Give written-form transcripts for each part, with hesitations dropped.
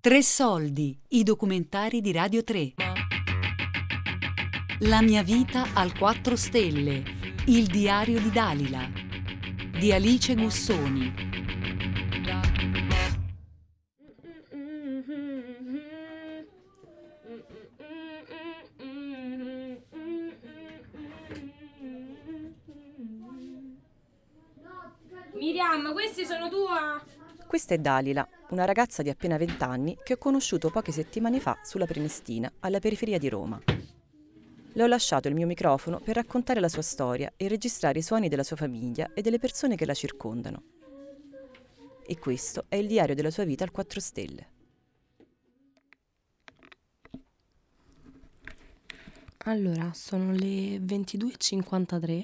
Tre soldi, i documentari di Radio 3. La mia vita al 4 stelle, il diario di Dalila, di Alice Gussoni. Miriam, questi sono tua? Questa è Dalila, una ragazza di appena 20 anni che ho conosciuto poche settimane fa sulla Prenestina, alla periferia di Roma. Le ho lasciato il mio microfono per raccontare la sua storia e registrare i suoni della sua famiglia e delle persone che la circondano. E questo è il diario della sua vita al 4 stelle. Allora, sono le 22:53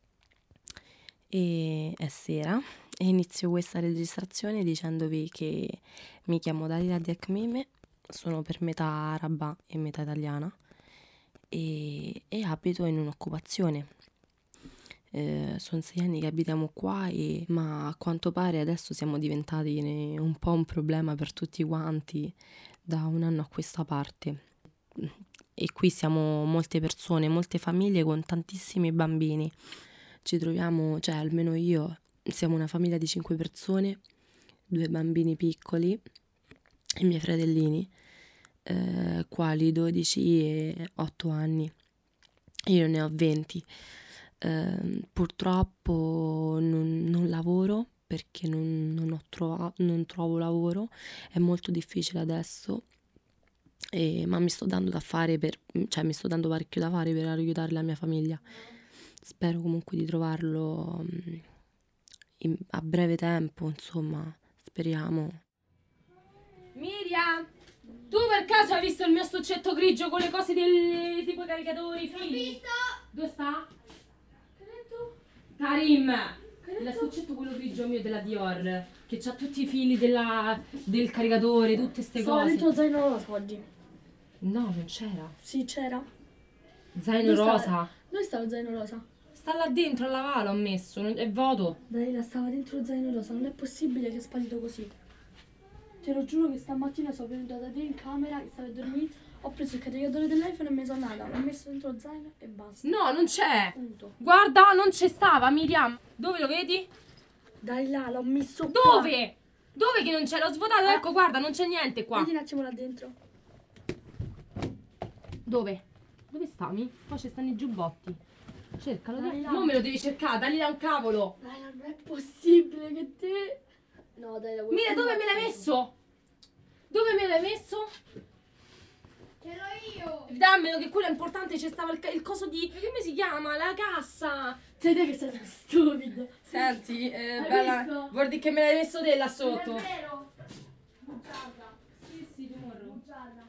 e è sera e inizio questa registrazione dicendovi che mi chiamo Dalila Diakmeme, sono per metà araba e metà italiana e abito in un'occupazione. Sono 6 anni che abitiamo qua, ma a quanto pare adesso siamo diventati un po' un problema per tutti quanti da un anno a questa parte. E qui siamo molte persone, molte famiglie con tantissimi bambini. Ci troviamo, cioè almeno io, siamo una famiglia di 5 persone, 2 bambini piccoli, i miei fratellini, quali 12 e 8 anni. Io ne ho 20. Purtroppo non lavoro perché non trovo lavoro, è molto difficile adesso. Ma mi sto dando mi sto dando parecchio da fare per aiutare la mia famiglia. Spero comunque di trovarlo a breve tempo, insomma, speriamo. Miriam, tu per caso hai visto il mio stuccetto grigio con le cose del tipo caricatori, fili? L'ho visto! Dove sta? Che hai detto? Karim, il stuccetto quello grigio mio della Dior, che c'ha tutti i fili del caricatore, tutte ste Stavo cose. dentro lo zaino rosa oggi. No, non c'era. Sì, c'era. Zaino rosa. Dove sta lo zaino rosa? Sta là dentro, alla vala ho messo, è vuoto. Dalila, stava dentro lo zaino rosa, non è possibile che è sparito così. Te lo giuro che stamattina sono venuta da te in camera, che stavi a dormire, ho preso il caricatore dell'iPhone e mi sono andata, l'ho messo dentro lo zaino e basta. No, non c'è. Punto. Guarda, non c'è stava, Miriam. Dove lo vedi? Dalila, l'ho messo Dove? qua. Dove che non c'è? L'ho svuotato, ecco, guarda, non c'è niente qua. Vedi un attimo là dentro. Dove? Dove stavi? Poi ci stanno i giubbotti. Cercalo, dai. Dalila. Non me lo devi cercare, dagli da un cavolo. Dalila, non è possibile che te... No, Dalila, Mira, dove me l'hai messo? Dove me l'hai messo? Ce l'ho io! Dammelo che quello è importante, c'è stava il coso di... Come si chiama? La cassa. Sei te che sei stupido. Senti, Hai bella, visto? vuol dire che me l'hai messo te là sotto. Non è vero! Bugiarda. Sì, temorro. Bugiarda.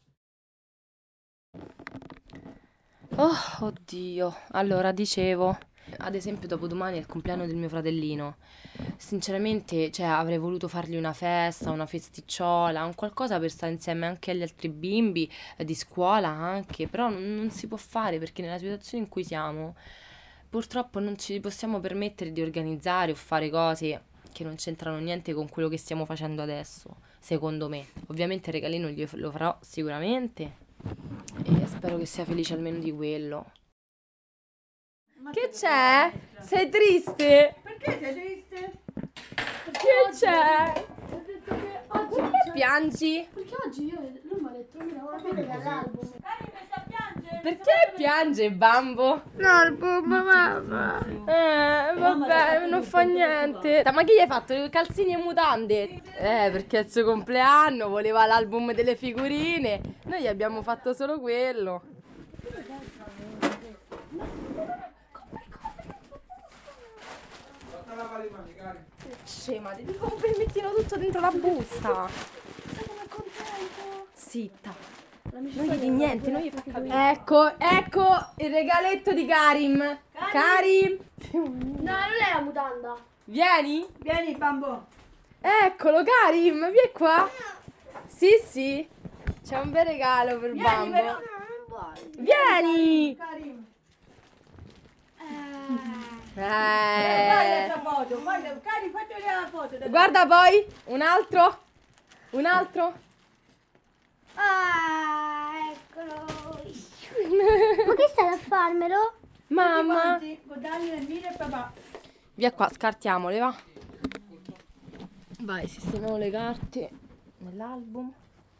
Oh, oddio. Allora, dicevo, ad esempio dopodomani è il compleanno del mio fratellino. Sinceramente, cioè, avrei voluto fargli una festa, una festicciola, un qualcosa per stare insieme anche agli altri bimbi, di scuola anche, però non si può fare perché nella situazione in cui siamo, purtroppo non ci possiamo permettere di organizzare o fare cose che non c'entrano niente con quello che stiamo facendo adesso, secondo me. Ovviamente il regalino lo farò sicuramente e spero che sia felice almeno di quello. Che c'è? Sei triste? Perché sei triste? Che c'è? Ho detto che oggi... Piangi? Perché oggi lui mi ha detto, mira, ora vedo l'album. Cari, mi sta a piangere? Perché piange, bambo? L'album, mamma. Vabbè, non fa niente. Ma chi gli hai fatto? Le calzini e mutande? Perché è il suo compleanno, voleva l'album delle figurine. Noi gli abbiamo fatto solo quello. Scema, ti dico che mettino tutto dentro la busta. Sono contento. Zitta. Non Non gli di niente, non gli fa capire. Ecco il regaletto di Karim. Karim, No, non è la mutanda. vieni. Vieni, bambo. Eccolo, Karim, vieni qua. Sì, c'è un bel regalo per Vieni, bambo. però. Vieni. Karim. Eh. Questa foto. Karim, fatti vedere la foto. Guarda poi, un altro. Ah, eccolo. Ma che stai a farmelo? Mamma! Con Daniel, Emilia e papà. Via qua, scartiamole, va. Vai, sistemiamo le carte nell'album.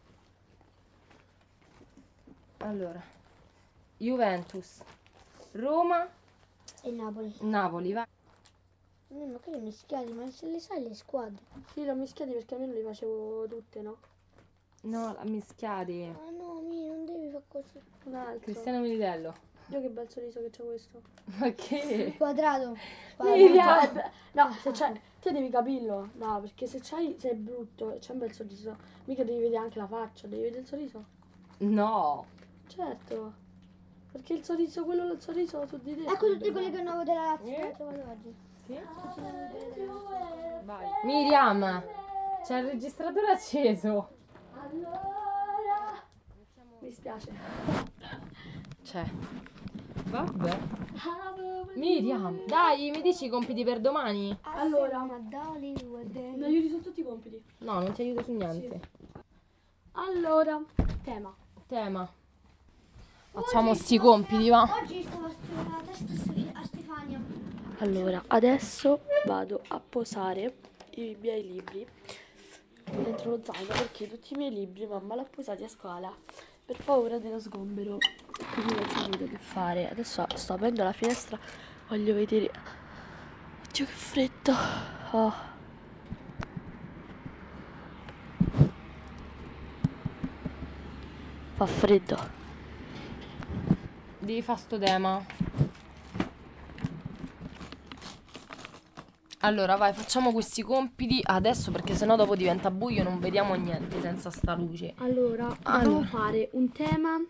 Allora, Juventus, Roma, E Napoli. Napoli, va. Ma che li ho mischiati? Ma se le sai le squadre? Sì, l'ho mischiati perché almeno li facevo tutte, no? No, la mischiate. Ah no, non devi fare così. Un altro. Cristiano Militello. Io che bel sorriso che c'ho questo. Ma che? Quadrato. Miriam! No, se c'hai... Te devi capirlo. No, perché se sei brutto e c'è un bel sorriso, mica devi vedere anche la faccia, devi vedere il sorriso. No. Certo. Perché il sorriso, quello il sorriso su di te. Ecco tutti quelli che hanno avuto la Lazio che ho trovato oggi. Vai. Miriam, c'è il registratore acceso. Mi spiace. C'è. Vabbè. Miriam, dai, mi dici i compiti per domani? Allora, Ma dai, mi aiuti su tutti i compiti. No, non ti aiuto su niente. Allora, tema. Tema. Facciamo sti compiti, va? oggi stavo a studiare la testa a Stefania. Allora, adesso vado a posare i miei libri dentro lo zaino perché tutti i miei libri mamma l'ha posati a scuola per paura dello sgombero. Quindi non sapevo che fare. Adesso sto aprendo la finestra, voglio vedere. Oddio che freddo. Oh. Fa freddo. Devi fare sto tema. Allora, vai, facciamo questi compiti adesso perché sennò dopo diventa buio e non vediamo niente senza sta luce. Allora, dobbiamo fare un tema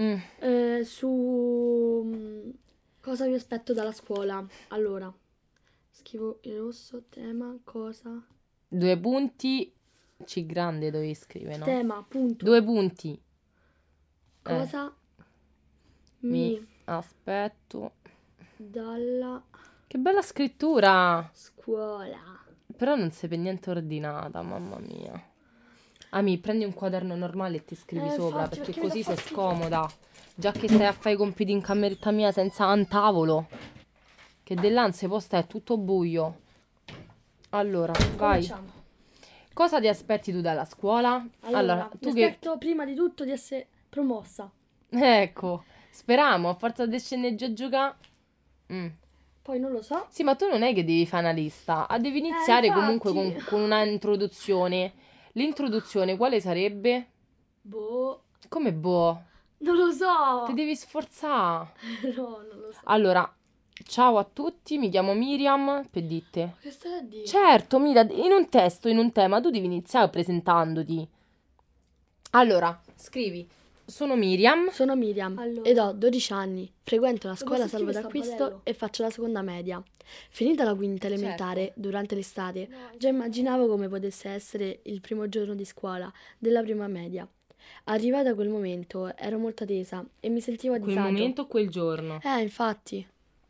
su cosa vi aspetto dalla scuola. Allora, scrivo in rosso, tema, cosa, 2 punti, C grande dovevi scrivere, no? tema, punto, 2 punti. cosa Mi aspetto. dalla Che bella scrittura! scuola. Però non sei per niente ordinata, mamma mia. Ami, prendi un quaderno normale e ti scrivi sopra, infatti, perché perché mi così dà sei fastidio. scomoda. Già che stai a fare i compiti in cameretta mia senza un tavolo. Che dell'ansia posta è tutto buio. Allora, vai. Cominciamo. Cosa ti aspetti tu dalla scuola? Allora, tu mi che... aspetto prima di tutto di essere promossa. Ecco, speriamo, a forza di sceneggiare a giocare. Poi non lo so. Sì, ma tu non è che devi fare una lista, devi iniziare comunque infatti. con una introduzione. L'introduzione quale sarebbe? Boh, Come boh? non lo so. Ti devi sforzare. No, non lo so. Allora, ciao a tutti, mi chiamo Miriam, per dite. Che stai a dire? Certo, Mira, in un testo, in un tema, tu devi iniziare presentandoti. Allora, scrivi, sono Miriam. Sono Miriam Allora. ed ho 12 anni. Frequento la scuola posso Salvo scrivere d'Acquisto Stamparello? e faccio la seconda media. Finita la quinta elementare, durante l'estate, già immaginavo come potesse essere il primo giorno di scuola della prima media. Arrivata quel momento, ero molto tesa e mi sentivo a Quel disagio. momento o quel giorno? Infatti.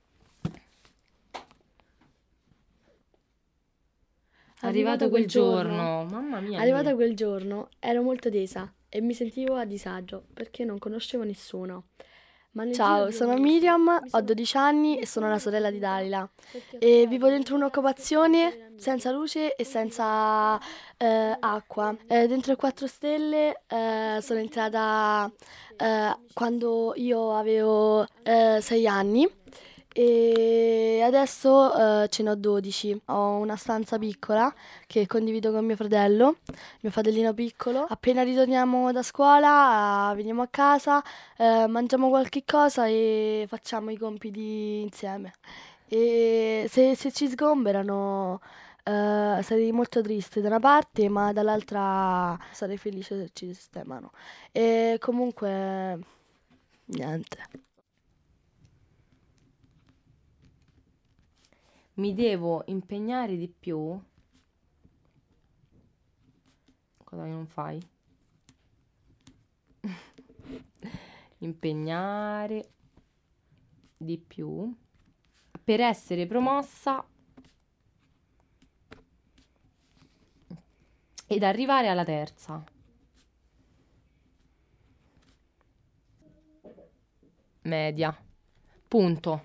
Arrivato quel giorno. Mamma mia. Arrivata Mia. quel giorno, ero molto tesa e mi sentivo a disagio perché non conoscevo nessuno. Ciao, sono Miriam, ho 12 anni e sono la sorella di Dalila e vivo dentro un'occupazione senza luce e senza acqua. Dentro il 4 Stelle sono entrata quando io avevo 6 anni e adesso ce ne ho 12. Ho una stanza piccola che condivido con mio fratello, mio fratellino piccolo. Appena ritorniamo da scuola, veniamo a casa, mangiamo qualche cosa e facciamo i compiti insieme. E se ci sgomberano, sarei molto triste da una parte, ma dall'altra sarei felice se ci sistemano. E comunque, niente. Mi devo impegnare di più. Cosa che non fai? Impegnare di più per essere promossa ed arrivare alla terza. media. Punto.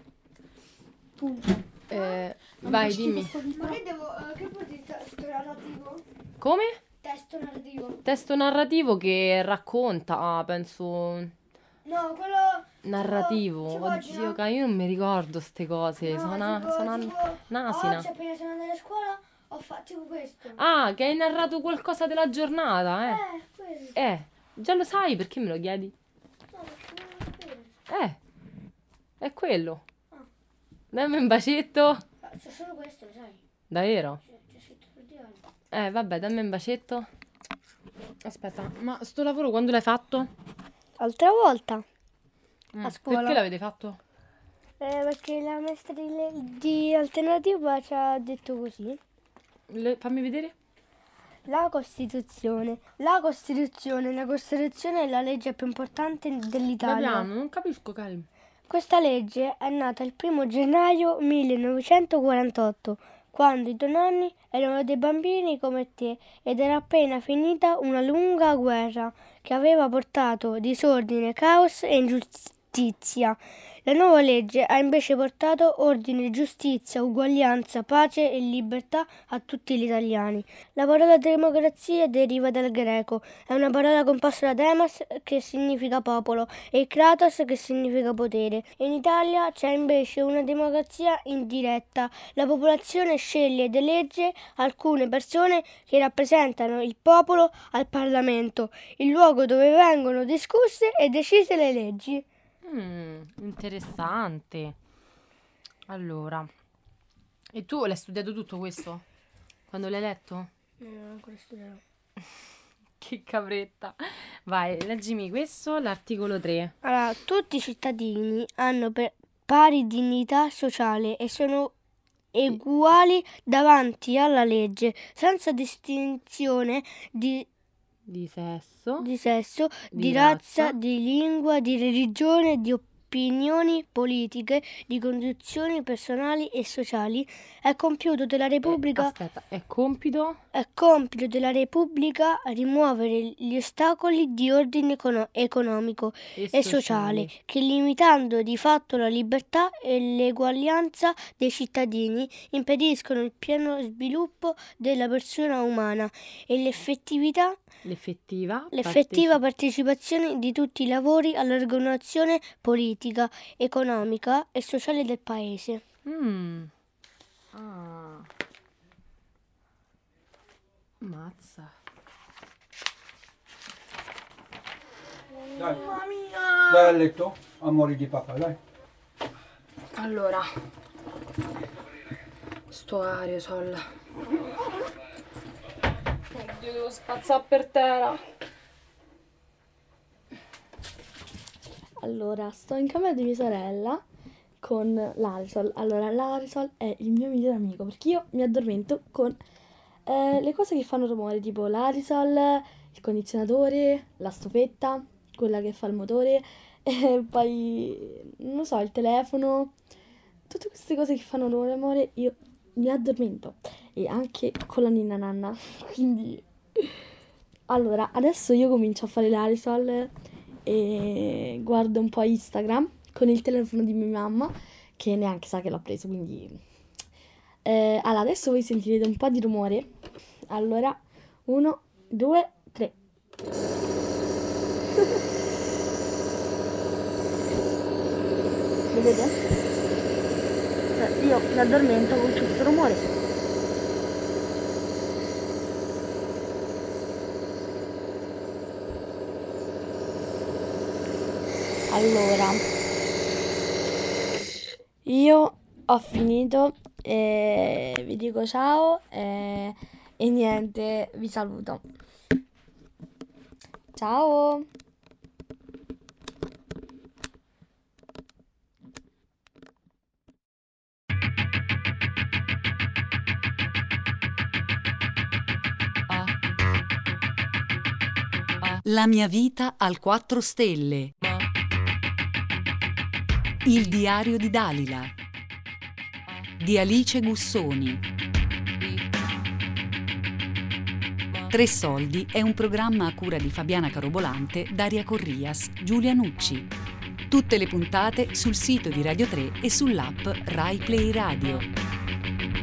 Vai, dimmi. Ma che vuol dire testo narrativo? Come? Testo narrativo. Testo narrativo che racconta, penso... No, quello... Narrativo. tipo Oddio, oggi, no? io non mi ricordo ste cose. No, sono tipo, un'asina. oggi appena sono andata a scuola ho fatto tipo questo. Ah, che hai narrato qualcosa della giornata, Quello. Già lo sai, perché me lo chiedi? No, perché non lo sapevo. È quello. Ah. Dammi un bacetto. C'è solo questo, lo sai? Davvero? C'è scritto sul divano. Vabbè, dammi un bacetto. Aspetta, ma sto lavoro quando l'hai fatto? Altra volta. A scuola. Perché l'avete fatto? Perché la maestra di alternativa ci ha detto così. Fammi vedere. La Costituzione è la legge più importante dell'Italia. Fabiano, non capisco, Karim. Questa legge è nata il 1 gennaio 1948, quando i tuoi nonni erano dei bambini come te ed era appena finita una lunga guerra che aveva portato disordine, caos e ingiustizia. La nuova legge ha invece portato ordine, giustizia, uguaglianza, pace e libertà a tutti gli italiani. La parola democrazia deriva dal greco, è una parola composta da demos che significa popolo e kratos che significa potere. In Italia c'è invece una democrazia indiretta. La popolazione sceglie ed elegge alcune persone che rappresentano il popolo al Parlamento, il luogo dove vengono discusse e decise le leggi. Interessante. Allora, e tu l'hai studiato tutto questo? Quando l'hai letto? No, non ho ancora studiato. Che capretta. Vai, leggimi questo, l'articolo 3. Allora, tutti i cittadini hanno pari dignità sociale e sono uguali davanti alla legge, senza distinzione di sesso, di razza, di lingua, di religione, di opinioni politiche, di condizioni personali e sociali. È compito della Repubblica È compito della Repubblica rimuovere gli ostacoli di ordine economico e sociale che, limitando di fatto la libertà e l'eguaglianza dei cittadini, impediscono il pieno sviluppo della persona umana e l'effettiva partecipazione di tutti i lavori all'organizzazione politica, economica e sociale del Paese. Mazza. Dai, dai a letto, amori di papà, dai. Allora, sto aerosol. Oddio, devo spazzare per terra. Allora, sto in camera di mia sorella con l'Arisol. Allora, l'Arisol è il mio migliore amico perché io mi addormento con le cose che fanno rumore, tipo l'Arisol, il condizionatore, la stufetta, quella che fa il motore, e poi, non so, il telefono. Tutte queste cose che fanno rumore, io mi addormento. E anche con la ninna nanna. Quindi, allora, adesso io comincio a fare l'Arisol e guardo un po' Instagram con il telefono di mia mamma, che neanche sa che l'ho preso, quindi... allora, adesso voi sentirete un po' di rumore. Allora, 1, 2, 3. Vedete? Io mi addormento con questo rumore. Allora, io ho finito, vi dico ciao e niente, vi saluto. Ciao! La mia vita al 4 stelle. Il diario di Dalila di Alice Gussoni. Tre soldi è un programma a cura di Fabiana Carobolante, Daria Corrias, Giulia Nucci. Tutte le puntate sul sito di Radio 3 e sull'app Rai Play Radio.